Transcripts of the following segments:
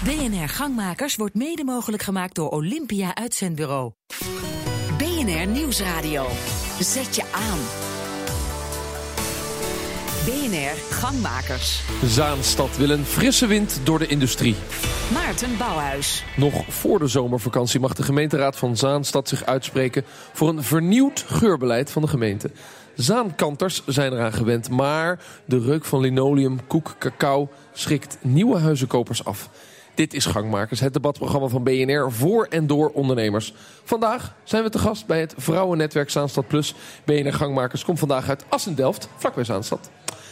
BNR Gangmakers wordt mede mogelijk gemaakt door Olympia Uitzendbureau. BNR Nieuwsradio. Zet je aan. BNR Gangmakers. Zaanstad wil een frisse wind door de industrie. Maarten Bouwhuis. Nog voor de zomervakantie mag de gemeenteraad van Zaanstad zich uitspreken voor een vernieuwd geurbeleid van de gemeente. Zaankanters zijn eraan gewend, maar de reuk van linoleum, koek, cacao schrikt nieuwe huizenkopers af. Dit is Gangmakers, het debatprogramma van BNR voor en door ondernemers. Vandaag zijn we te gast bij het vrouwennetwerk Zaanstad Plus. BNR Gangmakers komt vandaag uit Assen-Delft, vlakbij Zaanstad.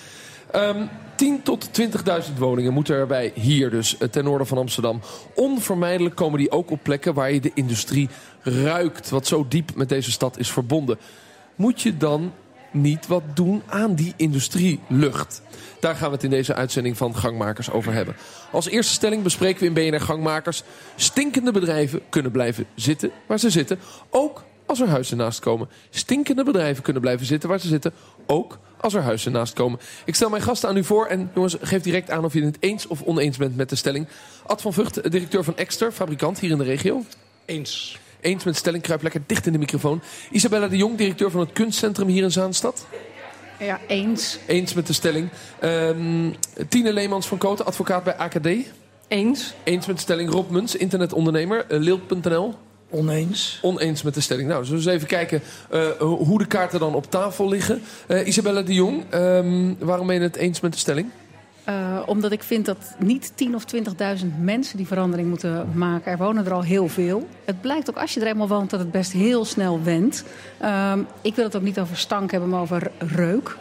10.000 tot 20.000 woningen moeten erbij hier dus, ten noorden van Amsterdam. Onvermijdelijk komen die ook op plekken waar je de industrie ruikt, wat zo diep met deze stad is verbonden. Moet je dan niet wat doen aan die industrielucht? Daar gaan we het in deze uitzending van Gangmakers over hebben. Als eerste stelling bespreken we in BNR Gangmakers: stinkende bedrijven kunnen blijven zitten waar ze zitten, ook als er huizen naast komen. Stinkende bedrijven kunnen blijven zitten waar ze zitten, ook als er huizen naast komen. Ik stel mijn gasten aan u voor en jongens, geef direct aan of je het eens of oneens bent met de stelling. Ad van Vught, directeur van Exter, fabrikant hier in de regio. Eens. Eens met de stelling, kruip lekker dicht in de microfoon. Isabella de Jong, directeur van het kunstcentrum hier in Zaanstad. Ja, eens. Eens met de stelling. Tine Leemans van Koten, advocaat bij AKD. Eens. Eens met de stelling. Rob Muns, internetondernemer, Lilt.nl. Oneens. Oneens met de stelling. Nou, zullen we eens even kijken hoe de kaarten dan op tafel liggen. Isabella de Jong, waarom ben je het eens met de stelling? Omdat ik vind dat niet 10.000 of 20.000 mensen die verandering moeten maken. Er wonen er al heel veel. Het blijkt ook als je er eenmaal woont dat het best heel snel wendt. Ik wil het ook niet over stank hebben, maar over reuk.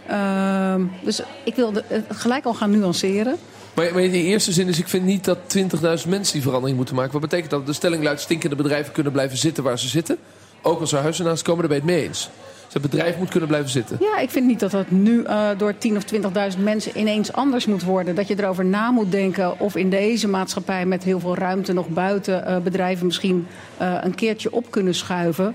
Dus ik wil het gelijk al gaan nuanceren. Maar in de eerste zin is, ik vind niet dat 20.000 mensen die verandering moeten maken. Wat betekent dat? De stelling luidt: stinkende bedrijven kunnen blijven zitten waar ze zitten. Ook als er huizen naast komen, daar ben je het mee eens. Dus het bedrijf moet kunnen blijven zitten. Ja, ik vind niet dat dat nu door 10.000 of 20.000 mensen ineens anders moet worden. Dat je erover na moet denken of in deze maatschappij met heel veel ruimte nog buiten bedrijven misschien een keertje op kunnen schuiven.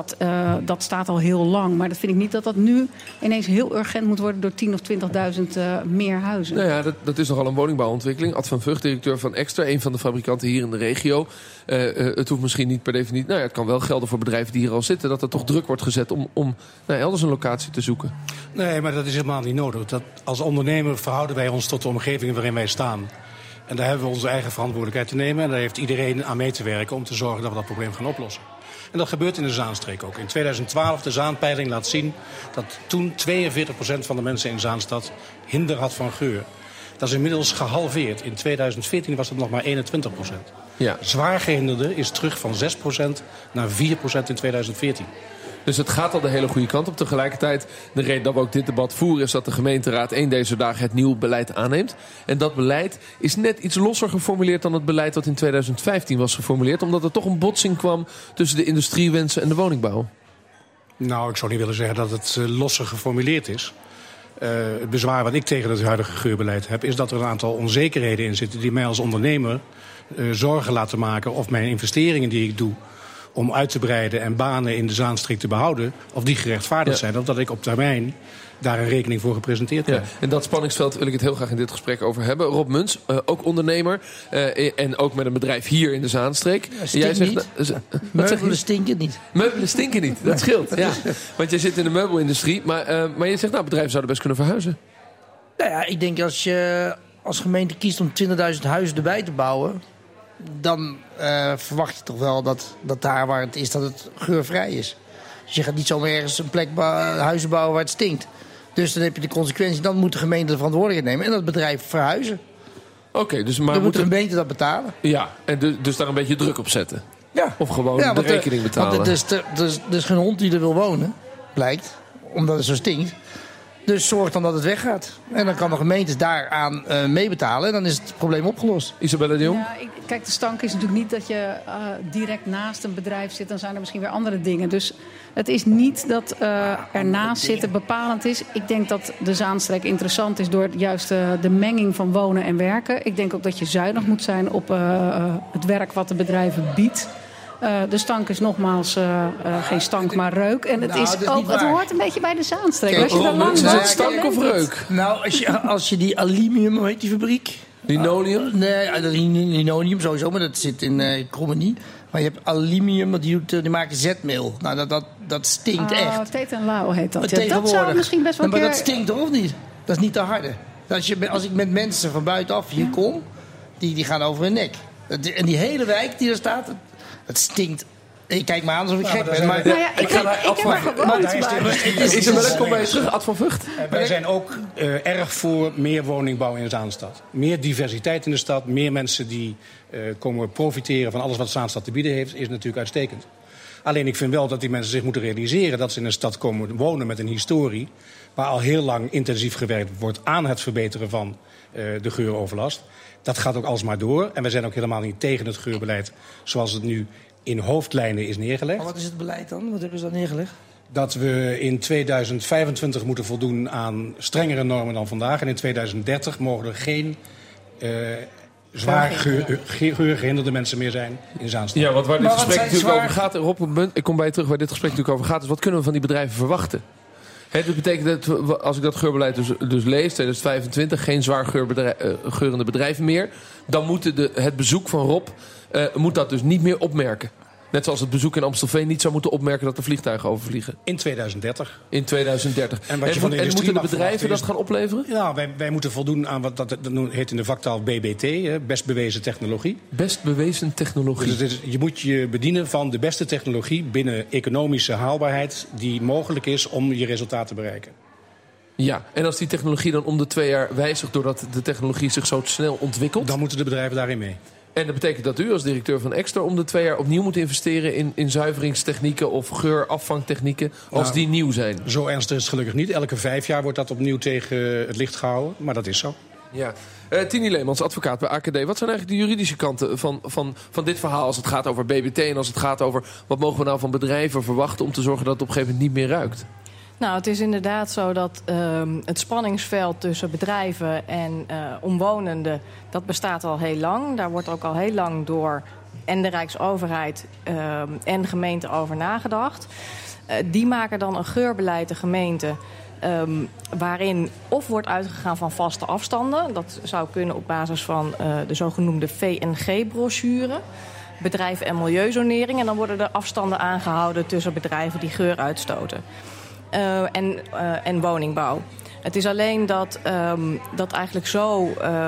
Dat staat al heel lang. Maar dat vind ik niet dat dat nu ineens heel urgent moet worden door 10.000 of 20.000 meer huizen. Nou ja, dat is nogal een woningbouwontwikkeling. Ad van Vught, directeur van Exter, een van de fabrikanten hier in de regio. Het hoeft misschien niet per definitie. Nou ja, het kan wel gelden voor bedrijven die hier al zitten, dat er toch druk wordt gezet om elders een locatie te zoeken. Nee, maar dat is helemaal niet nodig. Als ondernemer verhouden wij ons tot de omgeving waarin wij staan. En daar hebben we onze eigen verantwoordelijkheid te nemen. En daar heeft iedereen aan mee te werken om te zorgen dat we dat probleem gaan oplossen. En dat gebeurt in de Zaanstreek ook. In 2012, de Zaanpeiling laat zien dat toen 42% van de mensen in Zaanstad hinder had van geur. Dat is inmiddels gehalveerd. In 2014 was het nog maar 21%. Ja. Zwaargehinderde is terug van 6% naar 4% in 2014. Dus het gaat al de hele goede kant op. Tegelijkertijd, de reden dat we ook dit debat voeren is dat de gemeenteraad één deze dagen het nieuwe beleid aanneemt. En dat beleid is net iets losser geformuleerd dan het beleid dat in 2015 was geformuleerd. Omdat er toch een botsing kwam tussen de industriewensen en de woningbouw. Nou, ik zou niet willen zeggen dat het losser geformuleerd is. Het bezwaar wat ik tegen het huidige geurbeleid heb, is dat er een aantal onzekerheden in zitten die mij als ondernemer zorgen laten maken of mijn investeringen die ik doe om uit te breiden en banen in de Zaanstreek te behouden, of die gerechtvaardigd zijn, of dat ik op termijn daar een rekening voor gepresenteerd krijg. Ja, en dat spanningsveld wil ik het heel graag in dit gesprek over hebben. Rob Muns, ook ondernemer en ook met een bedrijf hier in de Zaanstreek. Ja, jij zegt, meubelen stinken niet. Meubelen stinken niet, dat scheelt. Ja. Want jij zit in de meubelindustrie, maar je zegt, bedrijven zouden best kunnen verhuizen. Nou ja, ik denk als je als gemeente kiest om 20.000 huizen erbij te bouwen, dan verwacht je toch wel dat daar waar het is, dat het geurvrij is. Dus je gaat niet zomaar ergens een plek huizen bouwen waar het stinkt. Dus dan heb je de consequentie, dan moet de gemeente de verantwoordelijkheid nemen en dat bedrijf verhuizen. Oké, dus maar dan moet de gemeente dat betalen. Ja, en dus daar een beetje druk op zetten. Ja. Of gewoon de rekening betalen. Want er is geen hond die er wil wonen, blijkt, omdat het zo stinkt. Dus zorg dan dat het weggaat. En dan kan de gemeente daaraan meebetalen. En dan is het probleem opgelost. Isabella de Jong? Ja, kijk, de stank is natuurlijk niet dat je direct naast een bedrijf zit. Dan zijn er misschien weer andere dingen. Dus het is niet dat ernaast zitten bepalend is. Ik denk dat de Zaanstreek interessant is door juist de menging van wonen en werken. Ik denk ook dat je zuinig moet zijn op het werk wat de bedrijven biedt. De stank is nogmaals geen stank, maar reuk. En het hoort een beetje bij de Zaanstreek. Kijk, als je er lang is het stank of reuk? Nou, als je die aluminium, hoe heet die fabriek? Linoleum? Nee, linoleum sowieso, maar dat zit in Krommenie. Maar je hebt aluminium, die maken zetmeel. Nou, dat stinkt echt. Tate & Lyle heet dat. Ja, dat zou misschien best wel maar dat stinkt toch of niet? Dat is niet te harde. Als ik met mensen van buitenaf hier kom, die gaan over hun nek. En die hele wijk die er staat, dat stinkt. Ik kijk me aan alsof ik gek ben. Maar ik heb er gewoond. Isabelle, kom bij je terug. Ad van Vught. Wij zijn ook erg voor meer woningbouw in Zaanstad. Meer diversiteit in de stad. Meer mensen die komen profiteren van alles wat Zaanstad te bieden heeft, is natuurlijk uitstekend. Alleen ik vind wel dat die mensen zich moeten realiseren dat ze in een stad komen wonen met een historie, waar al heel lang intensief gewerkt wordt aan het verbeteren van de geuroverlast. Dat gaat ook alsmaar door. En we zijn ook helemaal niet tegen het geurbeleid zoals het nu in hoofdlijnen is neergelegd. Maar wat is het beleid dan? Wat hebben ze dan neergelegd? Dat we in 2025 moeten voldoen aan strengere normen dan vandaag. En in 2030 mogen er geen zwaar geurgehinderde mensen meer zijn in Zaanstad. Ja, want waar dit gesprek natuurlijk over gaat, Rob, ik kom bij je terug, waar dit gesprek natuurlijk over gaat, is wat kunnen we van die bedrijven verwachten? Dat betekent dat, als ik dat geurbeleid dus lees, 2025, geen zwaar geurende bedrijven meer. Dan moet het bezoek van Rob moet dat dus niet meer opmerken. Net zoals het bezoek in Amstelveen niet zou moeten opmerken dat er vliegtuigen overvliegen. In 2030. In 2030. En moeten de bedrijven dat gaan opleveren? Ja, wij moeten voldoen aan wat dat heet in de vaktaal BBT, best bewezen technologie. Best bewezen technologie. Dus je moet je bedienen van de beste technologie binnen economische haalbaarheid die mogelijk is om je resultaat te bereiken. Ja, en als die technologie dan om de 2 jaar wijzigt doordat de technologie zich zo snel ontwikkelt, dan moeten de bedrijven daarin mee. En dat betekent dat u als directeur van Extor om de 2 jaar opnieuw moet investeren in zuiveringstechnieken of geurafvangtechnieken als die nieuw zijn. Zo ernstig is het gelukkig niet. Elke 5 jaar wordt dat opnieuw tegen het licht gehouden. Maar dat is zo. Ja. Tini Leemans, advocaat bij AKD. Wat zijn eigenlijk de juridische kanten van dit verhaal als het gaat over BBT en als het gaat over wat mogen we nou van bedrijven verwachten om te zorgen dat het op een gegeven moment niet meer ruikt? Nou, het is inderdaad zo dat het spanningsveld tussen bedrijven en omwonenden, dat bestaat al heel lang. Daar wordt ook al heel lang door en de Rijksoverheid en de gemeente over nagedacht. Die maken dan een geurbeleid, de gemeente, waarin of wordt uitgegaan van vaste afstanden. Dat zou kunnen op basis van de zogenoemde VNG-brochure. Bedrijven en milieuzonering. En dan worden er afstanden aangehouden tussen bedrijven die geur uitstoten. En woningbouw. Het is alleen dat eigenlijk zo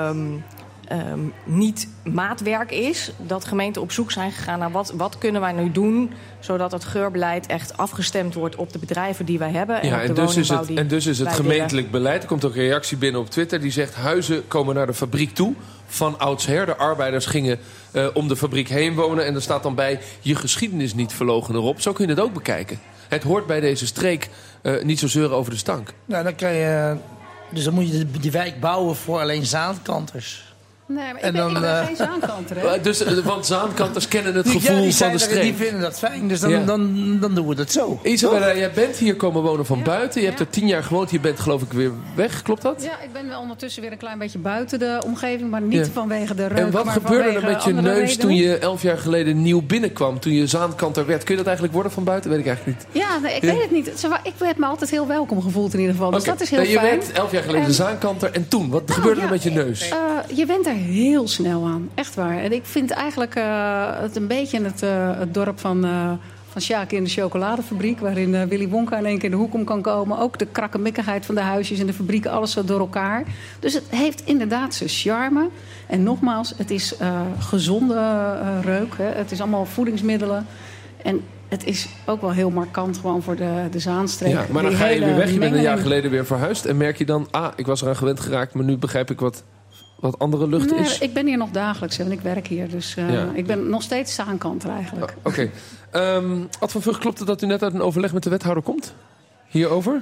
niet maatwerk is. Dat gemeenten op zoek zijn gegaan naar wat kunnen wij nu doen, zodat het geurbeleid echt afgestemd wordt op de bedrijven die wij hebben. En ja, op de en dus is het gemeentelijk beleid. Er komt ook een reactie binnen op Twitter die zegt huizen komen naar de fabriek toe. Van oudsher. De arbeiders gingen om de fabriek heen wonen. En er staat dan bij je geschiedenis niet verloochenen erop. Zo kun je het ook bekijken. Het hoort bij deze streek niet zo zeuren over de stank. Nou, dan kan je, dus dan moet je die wijk bouwen voor alleen Zaankanters. Nee, maar ik ben geen Zaankanter, hè? Want Zaankanters kennen het gevoel van de streek. Die vinden dat fijn, dus dan doen we dat zo. Isabella, jij bent hier komen wonen van buiten. Je hebt er 10 jaar gewoond. Je bent geloof ik weer weg, klopt dat? Ja, ik ben wel ondertussen weer een klein beetje buiten de omgeving, maar niet vanwege de reuk. En wat gebeurde er met je neus toen je 11 jaar geleden nieuw binnenkwam? Toen je Zaankanter werd? Kun je dat eigenlijk worden van buiten? Weet ik eigenlijk niet. Ja, nee, ik weet het niet. Ik heb me altijd heel welkom gevoeld in ieder geval. Dus dat is heel fijn. Je werd 11 jaar geleden Zaankanter. En toen? Wat gebeurde er met je neus? Je bent er heel snel aan. Echt waar. En ik vind eigenlijk het een beetje het dorp van Sjaak in de chocoladefabriek, waarin Willy Wonka in één keer de hoek om kan komen. Ook de krakkemikkigheid van de huisjes en de fabrieken, alles zo door elkaar. Dus het heeft inderdaad zijn charme. En nogmaals, het is gezonde reuk. Hè. Het is allemaal voedingsmiddelen. En het is ook wel heel markant gewoon voor de Zaanstreek. Ja, maar dan ga je weer weg. Je bent een jaar geleden weer verhuisd. En merk je dan, ik was eraan gewend geraakt, maar nu begrijp ik wat andere lucht is? Ik ben hier nog dagelijks en ik werk hier. Dus ik ben nog steeds Zaankanter eigenlijk. Oké. Ad van Vught, klopt het dat u net uit een overleg met de wethouder komt? Hierover?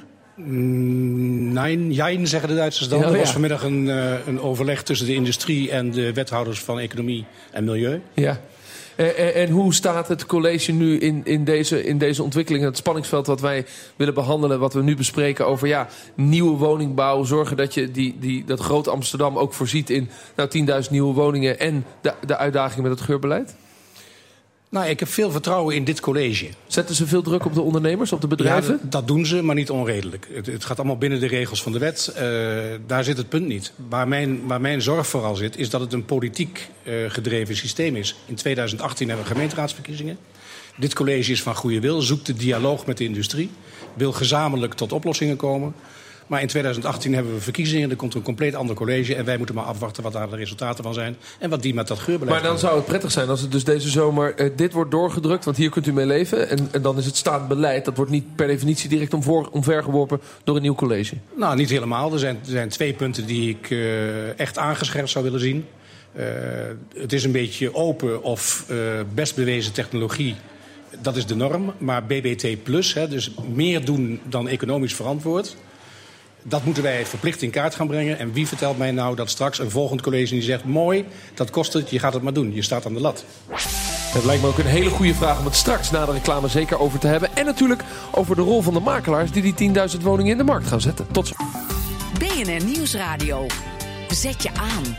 Nee, jein, zeggen de Duitsers dan. Er was vanmiddag een overleg tussen de industrie en de wethouders van Economie en Milieu. Ja. En hoe staat het college nu in deze ontwikkeling, het spanningsveld wat wij willen behandelen, wat we nu bespreken over nieuwe woningbouw, zorgen dat je dat Groot Amsterdam ook voorziet in 10.000 nieuwe woningen en de uitdaging met het geurbeleid? Nou, ik heb veel vertrouwen in dit college. Zetten ze veel druk op de ondernemers, op de bedrijven? Ja, dat doen ze, maar niet onredelijk. Het gaat allemaal binnen de regels van de wet. Daar zit het punt niet. Waar mijn zorg vooral zit, is dat het een politiek gedreven systeem is. In 2018 hebben we gemeenteraadsverkiezingen. Dit college is van goede wil, zoekt de dialoog met de industrie, wil gezamenlijk tot oplossingen komen. Maar in 2018 hebben we verkiezingen, er komt een compleet ander college en wij moeten maar afwachten wat daar de resultaten van zijn en wat die met dat geurbeleid. Maar dan zou het prettig zijn als het dus deze zomer dit wordt doorgedrukt, want hier kunt u mee leven. En dan is het staand beleid, dat wordt niet per definitie direct omvergeworpen door een nieuw college. Nou, niet helemaal. Er zijn 2 punten die ik echt aangescherpt zou willen zien. Het is een beetje open of best bewezen technologie. Dat is de norm, maar BBT+, dus meer doen dan economisch verantwoord. Dat moeten wij verplicht in kaart gaan brengen. En wie vertelt mij nou dat straks een volgend college die zegt, mooi, dat kost het, je gaat het maar doen. Je staat aan de lat. Het lijkt me ook een hele goede vraag om het straks na de reclame zeker over te hebben. En natuurlijk over de rol van de makelaars die 10.000 woningen in de markt gaan zetten. Tot zo. BNR Nieuwsradio. Zet je aan.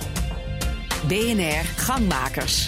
BNR Gangmakers.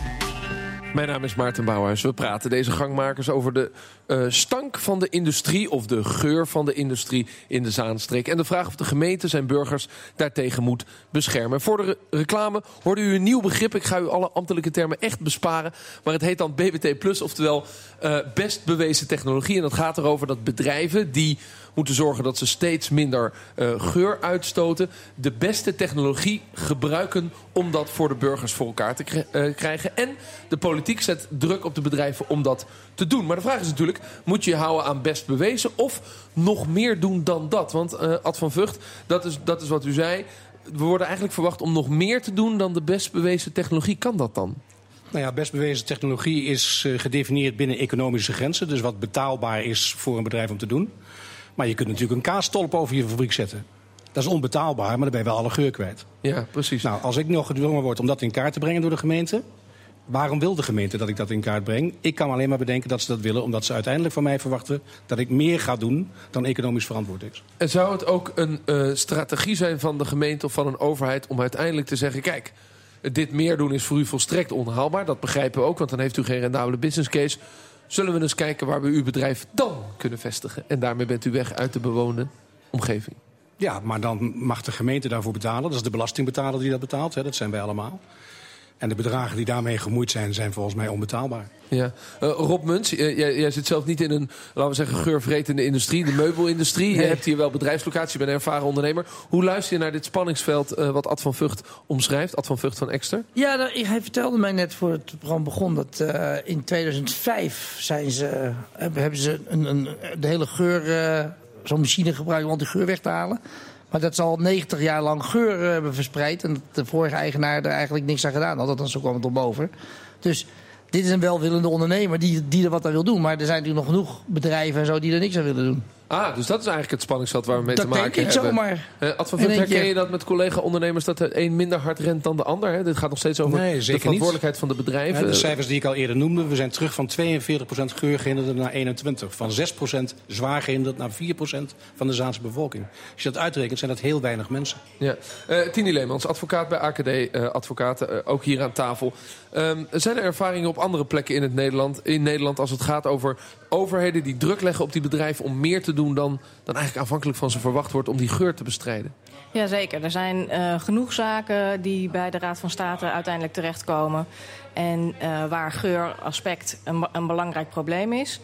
Mijn naam is Maarten Bouwhuis. We praten deze gangmakers over de stank van de industrie of de geur van de industrie in de Zaanstreek. En de vraag of de gemeente zijn burgers daartegen moet beschermen. Voor de reclame hoorde u een nieuw begrip. Ik ga u alle ambtelijke termen echt besparen. Maar het heet dan BBT+, oftewel best bewezen technologie. En dat gaat erover dat bedrijven die moeten zorgen dat ze steeds minder geur uitstoten, de beste technologie gebruiken om dat voor de burgers voor elkaar te krijgen. En de politiek zet druk op de bedrijven om dat te doen. Maar de vraag is natuurlijk, moet je je houden aan best bewezen of nog meer doen dan dat? Want Ad van Vught, dat is wat u zei. We worden eigenlijk verwacht om nog meer te doen dan de best bewezen technologie. Kan dat dan? Nou ja, best bewezen technologie is gedefinieerd binnen economische grenzen. Dus wat betaalbaar is voor een bedrijf om te doen. Maar je kunt natuurlijk een kaasstolp over je fabriek zetten. Dat is onbetaalbaar, maar dan ben je wel alle geur kwijt. Ja, precies. Nou, als ik nog gedwongen word om dat in kaart te brengen door de gemeente, waarom wil de gemeente dat ik dat in kaart breng? Ik kan alleen maar bedenken dat ze dat willen, omdat ze uiteindelijk van mij verwachten dat ik meer ga doen dan economisch verantwoord is. En zou het ook een strategie zijn van de gemeente of van een overheid om uiteindelijk te zeggen, kijk, dit meer doen is voor u volstrekt onhaalbaar. Dat begrijpen we ook, want dan heeft u geen rendabele business case. Zullen we eens kijken waar we uw bedrijf dan kunnen vestigen? En daarmee bent u weg uit de bewoonde omgeving. Ja, maar dan mag de gemeente daarvoor betalen. Dat is de belastingbetaler die dat betaalt. Hè. Dat zijn wij allemaal. En de bedragen die daarmee gemoeid zijn volgens mij onbetaalbaar. Ja. Rob Muns, jij zit zelf niet in een, laten we zeggen, geurvretende industrie, de meubelindustrie. Nee. Je hebt hier wel bedrijfslocatie, je bent een ervaren ondernemer. Hoe luister je naar dit spanningsveld wat Ad van Vught omschrijft? Ad van Vught van Exter? Ja, hij vertelde mij net voor het programma begon dat in 2005 hebben ze de hele geur, zo'n machine gebruikt om de geur weg te halen. Maar dat ze al 90 jaar lang geur hebben verspreid. En dat de vorige eigenaar er eigenlijk niks aan gedaan had. Althans, zo kwam het op boven. Dus dit is een welwillende ondernemer die er wat aan wil doen. Maar er zijn natuurlijk nog genoeg bedrijven en zo die er niks aan willen doen. Ah, dus dat is eigenlijk het spanningsveld waar we mee te maken hebben. Dat denk ik zomaar. Ad van Vught, herken je dat met collega-ondernemers dat de een minder hard rent dan de ander? Hè? Dit gaat nog steeds over de verantwoordelijkheid van de bedrijven. Ja, de cijfers die ik al eerder noemde. We zijn terug van 42% geurgehinderden naar 21%. Van 6% zwaar gehinderd naar 4% van de Zaanse bevolking. Als je dat uitrekent, zijn dat heel weinig mensen. Ja. Tini Leemans, advocaat bij AKD Advocaten, ook hier aan tafel. Zijn er ervaringen op andere plekken in Nederland als het gaat over overheden die druk leggen op die bedrijven om meer te doen dan eigenlijk aanvankelijk van ze verwacht wordt om die geur te bestrijden? Jazeker, er zijn genoeg zaken die bij de Raad van State uiteindelijk terechtkomen. En waar geuraspect een belangrijk probleem is.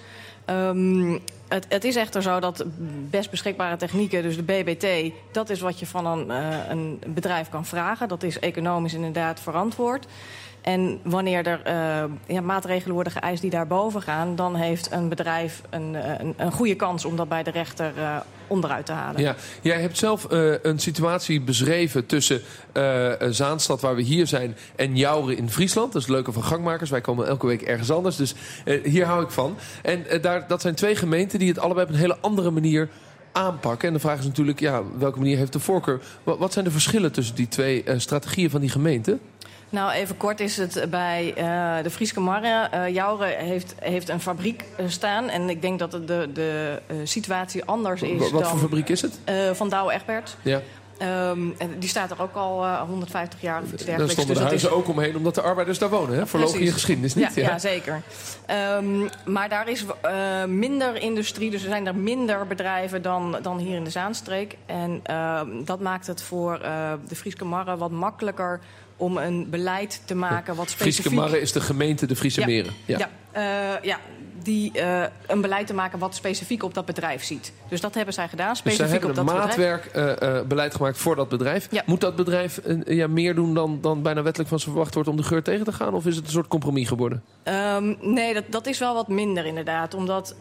Het is echter zo dat best beschikbare technieken, dus de BBT, dat is wat je van een bedrijf kan vragen. Dat is economisch inderdaad verantwoord. En wanneer er maatregelen worden geëist die daarboven gaan, dan heeft een bedrijf een goede kans om dat bij de rechter onderuit te halen. Ja, jij hebt zelf een situatie beschreven tussen Zaanstad, waar we hier zijn, en Jouren in Friesland. Dat is het leuke van gangmakers. Wij komen elke week ergens anders, dus hier hou ik van. En dat zijn 2 gemeenten die het allebei op een hele andere manier aanpakken. En de vraag is natuurlijk, welke manier heeft de voorkeur? Wat zijn de verschillen tussen die 2 strategieën van die gemeenten? Nou, even kort is het bij de Frieske Marre. Jouren heeft een fabriek staan. En ik denk dat de situatie anders is. Wat voor fabriek is het? Van Douwe Egberts. Ja. En die staat er ook al 150 jaar of iets dergelijks. Daar stonden de huizen ook omheen omdat de arbeiders daar wonen. Hè? Verlogen je geschiedenis niet. Ja, zeker. Maar daar is minder industrie. Dus er zijn er minder bedrijven dan hier in de Zaanstreek. En dat maakt het voor de Frieske Marre wat makkelijker om een beleid te maken wat specifiek... Frieske Marre is de gemeente de Friese Meren. Die een beleid te maken wat specifiek op dat bedrijf ziet. Dus dat hebben zij gedaan, specifiek op dat bedrijf. Dus zij hebben een maatwerkbeleid gemaakt voor dat bedrijf. Ja. Moet dat bedrijf meer doen dan bijna wettelijk van ze verwacht wordt om de geur tegen te gaan? Of is het een soort compromis geworden? Nee, dat is wel wat minder inderdaad. Omdat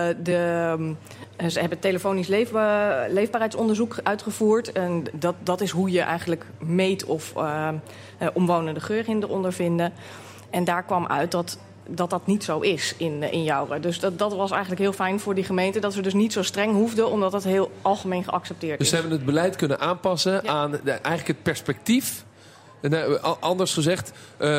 ze hebben telefonisch leefbaarheidsonderzoek uitgevoerd. En dat is hoe je eigenlijk meet of omwonenden geurhinder ondervinden. En daar kwam uit dat niet zo is in Jouren. Dus dat was eigenlijk heel fijn voor die gemeente. Dat ze dus niet zo streng hoefden, omdat dat heel algemeen geaccepteerd is. Dus ze hebben het beleid kunnen aanpassen aan eigenlijk het perspectief. Anders gezegd,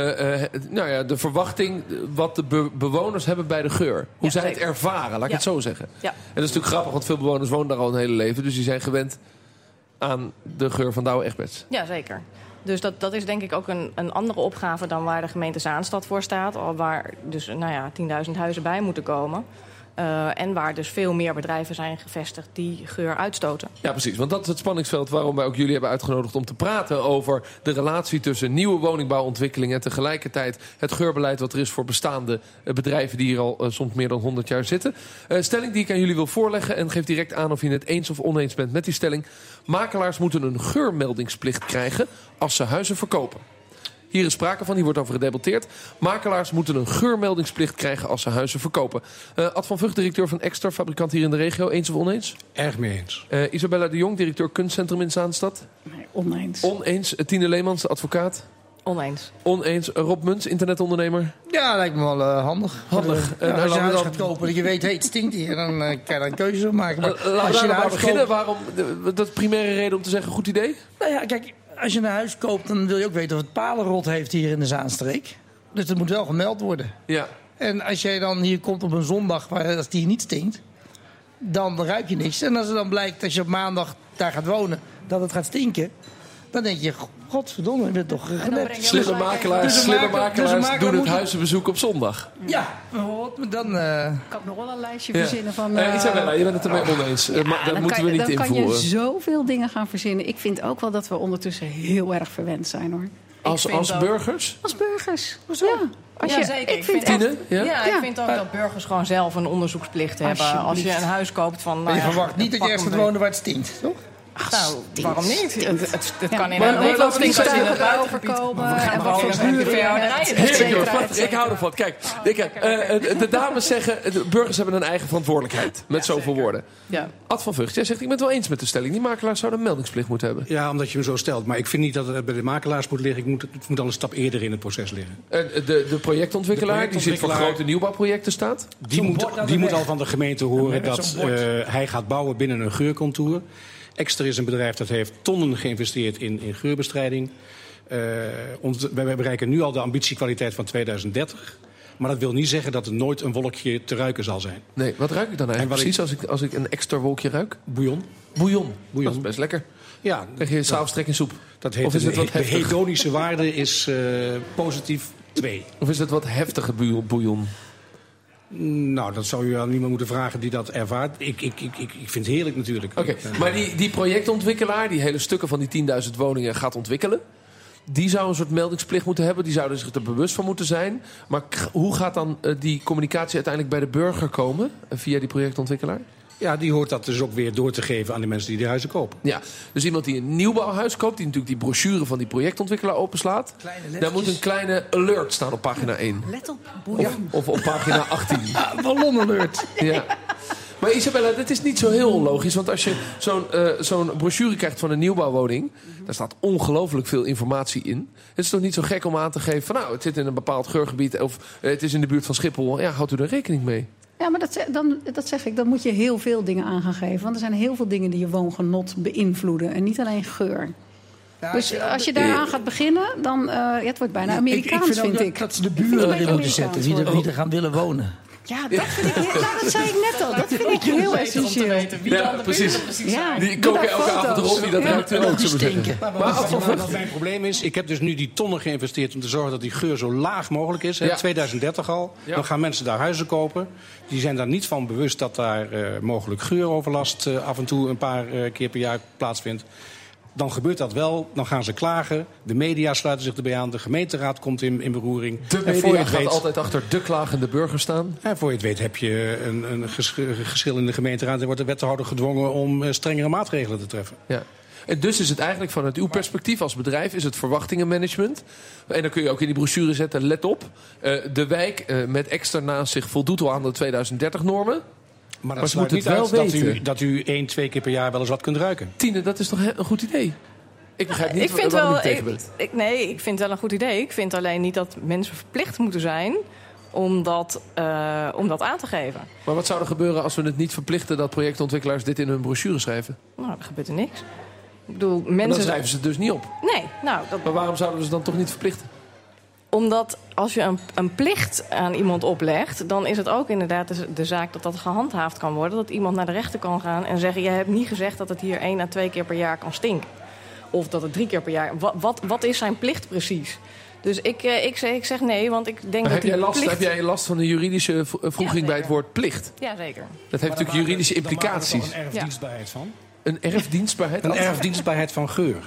de verwachting wat de bewoners hebben bij de geur. Hoe zij het ervaren, laat ik het zo zeggen. Ja. En dat is natuurlijk grappig, want veel bewoners wonen daar al een hele leven. Dus die zijn gewend aan de geur van Douwe Egberts. Ja, zeker. Dus dat is denk ik ook een andere opgave dan waar de gemeente Zaanstad voor staat. Al waar dus 10.000 huizen bij moeten komen. En waar dus veel meer bedrijven zijn gevestigd die geur uitstoten. Ja, precies. Want dat is het spanningsveld waarom wij ook jullie hebben uitgenodigd om te praten over de relatie tussen nieuwe woningbouwontwikkelingen en tegelijkertijd het geurbeleid wat er is voor bestaande bedrijven die hier al soms meer dan 100 jaar zitten. Stelling die ik aan jullie wil voorleggen en geef direct aan of je het eens of oneens bent met die stelling. Makelaars moeten een geurmeldingsplicht krijgen als ze huizen verkopen. Hier is sprake van, hier wordt over gedebatteerd. Makelaars moeten een geurmeldingsplicht krijgen als ze huizen verkopen. Ad van Vught, directeur van Exter, fabrikant hier in de regio. Eens of oneens? Erg mee eens. Isabella de Jong, directeur Kunstcentrum in Zaanstad. Nee, oneens. Oneens. Tine Leemans, de advocaat. Oneens. Oneens. Rob Muns, internetondernemer. Ja, lijkt me wel handig. Handig. Als je huis gaat kopen dat je weet, het stinkt hier, dan kan je daar een keuze op maken. Maar laten we daar beginnen. Waarom? Dat primaire reden om te zeggen, goed idee? Nou ja, kijk, als je een huis koopt, dan wil je ook weten of het palenrot heeft hier in de Zaanstreek. Dus dat moet wel gemeld worden. Ja. En als jij dan hier komt op een zondag waar het hier niet stinkt, dan ruik je niks. En als het dan blijkt, als je op maandag daar gaat wonen, dat het gaat stinken, dan denk je, godverdomme, ik ben toch gered. Slimme makelaars doen het huizenbezoek op zondag. Ja, dan... kan ik nog wel een lijstje verzinnen van... Isabella, je bent het ermee oneens. Maar dat moeten we niet invoeren. Dan kan je zoveel dingen gaan verzinnen. Ik vind ook wel dat we ondertussen heel erg verwend zijn, hoor. Als burgers? Als burgers, ja. Zeker. Ik vind ook dat burgers gewoon zelf een onderzoeksplicht hebben. Als je een huis koopt van... Maar je verwacht niet dat je ergens gaat wonen waar het stinkt, toch? Waarom niet? Het kan in Nederland stinken als je het buiten overkomen. We gaan gewoon een veehouderij. Ik hou ervan. Kijk, de dames zeggen, de burgers hebben een eigen verantwoordelijkheid. Met zoveel woorden. Ja. Ad van Vught, jij zegt, ik ben het wel eens met de stelling. Die makelaars zouden een meldingsplicht moeten hebben. Ja, omdat je hem zo stelt. Maar ik vind niet dat het bij de makelaars moet liggen. Het moet al een stap eerder in het proces liggen. De projectontwikkelaar, die zit voor grote nieuwbouwprojecten staat. Die moet al van de gemeente horen dat hij gaat bouwen binnen een geurcontour. Exter is een bedrijf dat heeft tonnen geïnvesteerd in geurbestrijding. Wij bereiken nu al de ambitiekwaliteit van 2030. Maar dat wil niet zeggen dat er nooit een wolkje te ruiken zal zijn. Nee, wat ruik ik dan eigenlijk precies als ik een extra wolkje ruik? Bouillon. Dat is best lekker. Ja, krijg je s'avonds trek in soep. Dat heet, of is het wat de hedonische waarde is positief 2. Of is het wat heftige bouillon? Nou, dat zou je aan iemand moeten vragen die dat ervaart. Ik vind het heerlijk natuurlijk. Oké, maar die projectontwikkelaar die hele stukken van die 10.000 woningen gaat ontwikkelen, die zou een soort meldingsplicht moeten hebben. Die zouden zich er bewust van moeten zijn. Maar hoe gaat dan die communicatie uiteindelijk bij de burger komen via die projectontwikkelaar? Ja, die hoort dat dus ook weer door te geven aan de mensen die huizen kopen. Ja, dus iemand die een nieuwbouwhuis koopt, die natuurlijk die brochure van die projectontwikkelaar openslaat, daar moet een kleine alert staan op pagina 1. Let op. Of op pagina 18. Ballonalert. Ja. Maar Isabella, dat is niet zo heel onlogisch. Want als je zo'n brochure krijgt van een nieuwbouwwoning, daar staat ongelooflijk veel informatie in. Het is toch niet zo gek om aan te geven van nou, het zit in een bepaald geurgebied of het is in de buurt van Schiphol. Ja, houdt u er rekening mee? Ja, maar dat zeg ik. Dan moet je heel veel dingen aan gaan geven. Want er zijn heel veel dingen die je woongenot beïnvloeden. En niet alleen geur. Ja, dus als je daaraan gaat beginnen, dan... het wordt bijna Amerikaans, vind ik. Dat ze de buren erin moeten zetten. Wie er gaan willen wonen. Ja, dat vind ik dat zei ik net al. Dat vind ik heel essentieel. Ja, precies. Ja, Die koken elke avond erop, die dat ruikt hun ook, zullen we zeggen. Maar wat mijn probleem is, ik heb dus nu die tonnen geïnvesteerd om te zorgen dat die geur zo laag mogelijk is. Ja. 2030 al. Ja. Dan gaan mensen daar huizen kopen. Die zijn daar niet van bewust dat daar mogelijk geuroverlast af en toe een paar keer per jaar plaatsvindt. Dan gebeurt dat wel, dan gaan ze klagen. De media sluiten zich erbij aan, de gemeenteraad komt in beroering. De media gaat altijd achter de klagende burger staan. En voor je het weet heb je een geschil in de gemeenteraad en wordt de wethouder gedwongen om strengere maatregelen te treffen. Ja. En dus is het eigenlijk vanuit uw perspectief als bedrijf is het verwachtingenmanagement. En dan kun je ook in die brochure zetten, let op. De wijk met extra naast zich voldoet al aan de 2030-normen. Maar dat ze moeten niet het wel uit weten. dat u 1-2 keer per jaar wel eens wat kunt ruiken. Tine, dat is toch een goed idee? Ik begrijp niet Ik vind waarom wel, je tegen bent. nee, ik vind het wel een goed idee. Ik vind alleen niet dat mensen verplicht moeten zijn om dat aan te geven. Maar wat zou er gebeuren als we het niet verplichten dat projectontwikkelaars dit in hun brochure schrijven? Nou, er gebeurt er niks. Ik bedoel, Maar mensen... dan schrijven ze het dus niet op. Nee, nou... Maar waarom zouden we ze dan toch niet verplichten? Omdat als je een plicht aan iemand oplegt, dan is het ook inderdaad de zaak dat gehandhaafd kan worden. Dat iemand naar de rechter kan gaan en zeggen, je hebt niet gezegd dat het hier 1 à 2 keer per jaar kan stinken. Of dat het 3 keer per jaar... Wat is zijn plicht precies? Dus ik zeg nee, want ik denk dat die plicht... Heb jij last van de juridische voeging bij het woord plicht? Jazeker. Dat heeft natuurlijk juridische implicaties. Daar maken we toch een erfdienstbaarheid van? Een erfdienstbaarheid? Een erfdienstbaarheid van geur.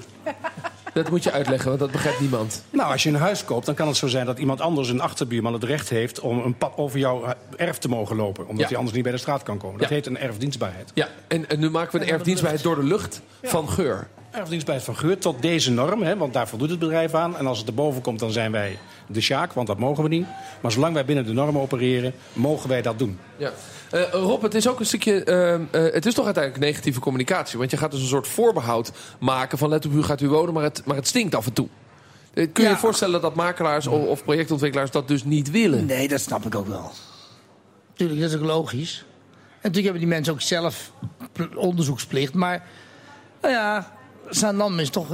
Dat moet je uitleggen, want dat begrijpt niemand. Nou, als je een huis koopt, dan kan het zo zijn dat iemand anders, een achterbuurman, het recht heeft om een pad over jouw erf te mogen lopen. Omdat hij anders niet bij de straat kan komen. Dat heet een erfdienstbaarheid. Ja, en nu maken we een erfdienstbaarheid door de lucht van geur. Erfdienstbaarheid van geur tot deze norm, hè, want daar voldoet het bedrijf aan. En als het erboven komt, dan zijn wij de sjaak, want dat mogen we niet. Maar zolang wij binnen de normen opereren, mogen wij dat doen. Ja. Rob, het is ook een stukje... het is toch uiteindelijk negatieve communicatie. Want je gaat dus een soort voorbehoud maken van let op, u gaat u wonen, maar het stinkt af en toe. Kun je je voorstellen dat makelaars of projectontwikkelaars dat dus niet willen? Nee, dat snap ik ook wel. Tuurlijk, dat is ook logisch. En natuurlijk hebben die mensen ook zelf onderzoeksplicht. Maar nou ja, Zaandam is toch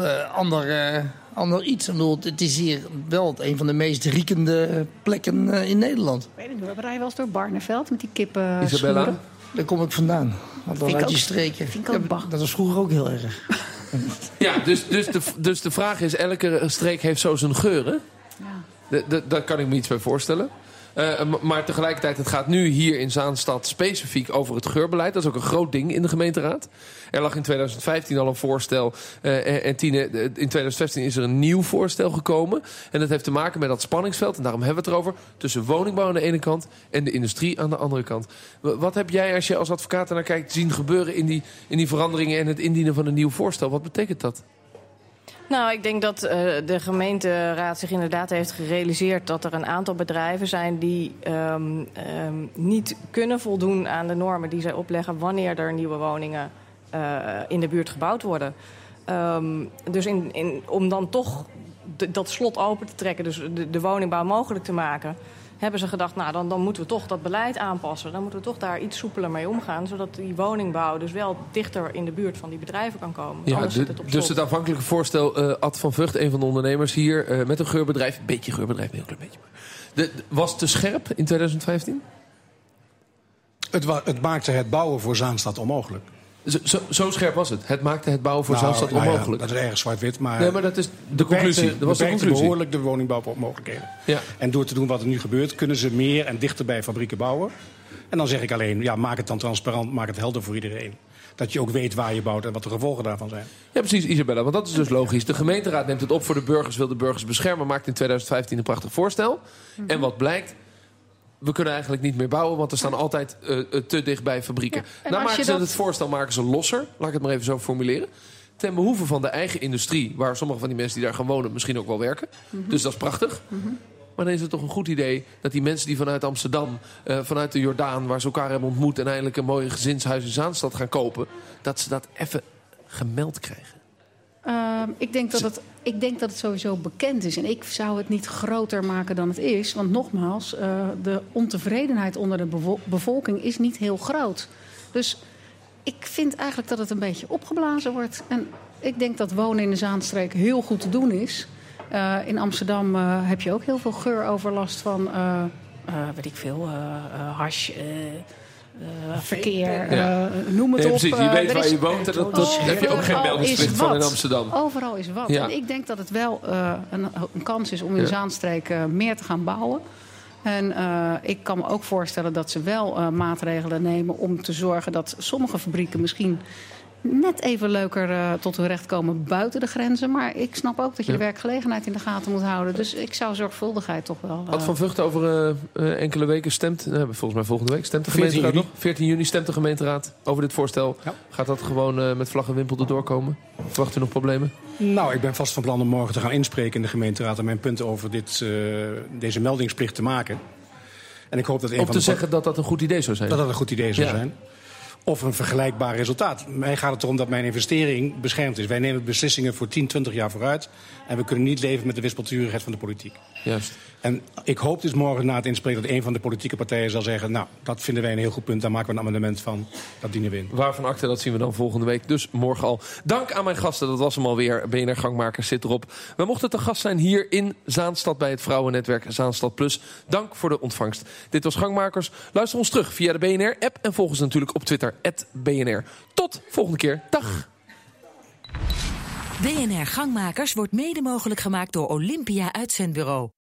ander iets. Ik bedoel, het is hier wel een van de meest riekende plekken in Nederland. Ik weet niet, we rijden wel eens door Barneveld met die kippen. Isabella? Daar kom ik vandaan. Want dan Vind ik uit die ook- streken. vind ik ook bach. Dat was vroeger ook heel erg. Ja, dus de vraag is, elke streek heeft zo zijn geuren. Ja. Daar kan ik me iets bij voorstellen. Maar tegelijkertijd, het gaat nu hier in Zaanstad specifiek over het geurbeleid. Dat is ook een groot ding in de gemeenteraad. Er lag in 2015 al een voorstel. En Tine, in 2015 is er een nieuw voorstel gekomen. En dat heeft te maken met dat spanningsveld. En daarom hebben we het erover. Tussen woningbouw aan de ene kant en de industrie aan de andere kant. Wat heb jij, als je als advocaat naar kijkt, zien gebeuren in die veranderingen en het indienen van een nieuw voorstel? Wat betekent dat? Nou, ik denk dat de gemeenteraad zich inderdaad heeft gerealiseerd dat er een aantal bedrijven zijn die niet kunnen voldoen aan de normen die zij opleggen wanneer er nieuwe woningen in de buurt gebouwd worden. Dus om dan toch dat slot open te trekken, dus de woningbouw mogelijk te maken, hebben ze gedacht, nou dan moeten we toch dat beleid aanpassen. Dan moeten we toch daar iets soepeler mee omgaan, zodat die woningbouw dus wel dichter in de buurt van die bedrijven kan komen. Ja, Anders zit het op dus slot. het aanvankelijke voorstel, Ad van Vught, een van de ondernemers hier, met een geurbedrijf, een beetje geurbedrijf, een heel klein beetje. Was te scherp in 2015? Het maakte het bouwen voor Zaanstad onmogelijk. Zo scherp was het. Het maakte het bouwen voor Zaanstad Nou ja, onmogelijk. dat is erg zwart-wit, maar... Nee, maar dat is de conclusie. Dat was de beperkte conclusie. behoorlijk de woningbouwmogelijkheden. Ja. En door te doen wat er nu gebeurt, kunnen ze meer en dichter bij fabrieken bouwen. En dan zeg ik alleen, ja, maak het dan transparant, maak het helder voor iedereen. Dat je ook weet waar je bouwt en wat de gevolgen daarvan zijn. Ja, precies, Isabella. Want dat is dus logisch. De gemeenteraad neemt het op voor de burgers, wil de burgers beschermen, maakt in 2015 een prachtig voorstel. En wat blijkt? We kunnen eigenlijk niet meer bouwen, want er staan altijd te dicht bij fabrieken. Ja, en Nou als maken je ze dat- het voorstel losser, laat ik het maar even zo formuleren. Ten behoeve van de eigen industrie, waar sommige van die mensen die daar gaan wonen misschien ook wel werken. Dus dat is prachtig. Maar dan is het toch een goed idee dat die mensen die vanuit Amsterdam, vanuit de Jordaan, waar ze elkaar hebben ontmoet en eindelijk een mooi gezinshuis in Zaanstad gaan kopen, dat ze dat even gemeld krijgen. Ik denk dat het sowieso bekend is. En ik zou het niet groter maken dan het is. Want nogmaals, de ontevredenheid onder de bevolking is niet heel groot. Dus ik vind eigenlijk dat het een beetje opgeblazen wordt. En ik denk dat wonen in de Zaanstreek heel goed te doen is. In Amsterdam heb je ook heel veel geuroverlast van weet ik veel, hash... verkeer, noem het op. Precies, je weet waar je woont en dat heb je ook geen meldingsplicht van in Amsterdam. Overal is wat. Ja. En ik denk dat het wel een kans is om in Zaanstreek meer te gaan bouwen. En ik kan me ook voorstellen dat ze wel maatregelen nemen om te zorgen dat sommige fabrieken misschien net even leuker tot hun recht komen buiten de grenzen. Maar ik snap ook dat je de werkgelegenheid in de gaten moet houden. Dus ik zou zorgvuldigheid toch wel... Ad van Vught over enkele weken stemt... volgens mij volgende week stemt de gemeenteraad nog. 14 juni stemt de gemeenteraad over dit voorstel. Ja. Gaat dat gewoon met vlag en wimpel erdoor komen? Verwacht u nog problemen? Nou, ik ben vast van plan om morgen te gaan inspreken in de gemeenteraad... en mijn punten over deze meldingsplicht te maken. En ik hoop dat om te zeggen dat dat een goed idee zou zijn? Dat dat een goed idee zou zijn. Of een vergelijkbaar resultaat. Mij gaat het erom dat mijn investering beschermd is. Wij nemen beslissingen voor 10, 20 jaar vooruit. En we kunnen niet leven met de wispelturigheid van de politiek. Juist. En ik hoop dus morgen na het inspreken dat een van de politieke partijen zal zeggen... nou, dat vinden wij een heel goed punt, daar maken we een amendement van. Dat dienen we in. Waarvan akte, dat zien we dan volgende week. Dus morgen al. Dank aan mijn gasten, dat was hem alweer. BNR Gangmakers zit erop. We mochten te gast zijn hier in Zaanstad bij het vrouwennetwerk Zaanstad Plus. Dank voor de ontvangst. Dit was Gangmakers. Luister ons terug via de BNR-app en volg ons natuurlijk op Twitter @BNR. Tot volgende keer. Dag. BNR Gangmakers wordt mede mogelijk gemaakt door Olympia Uitzendbureau.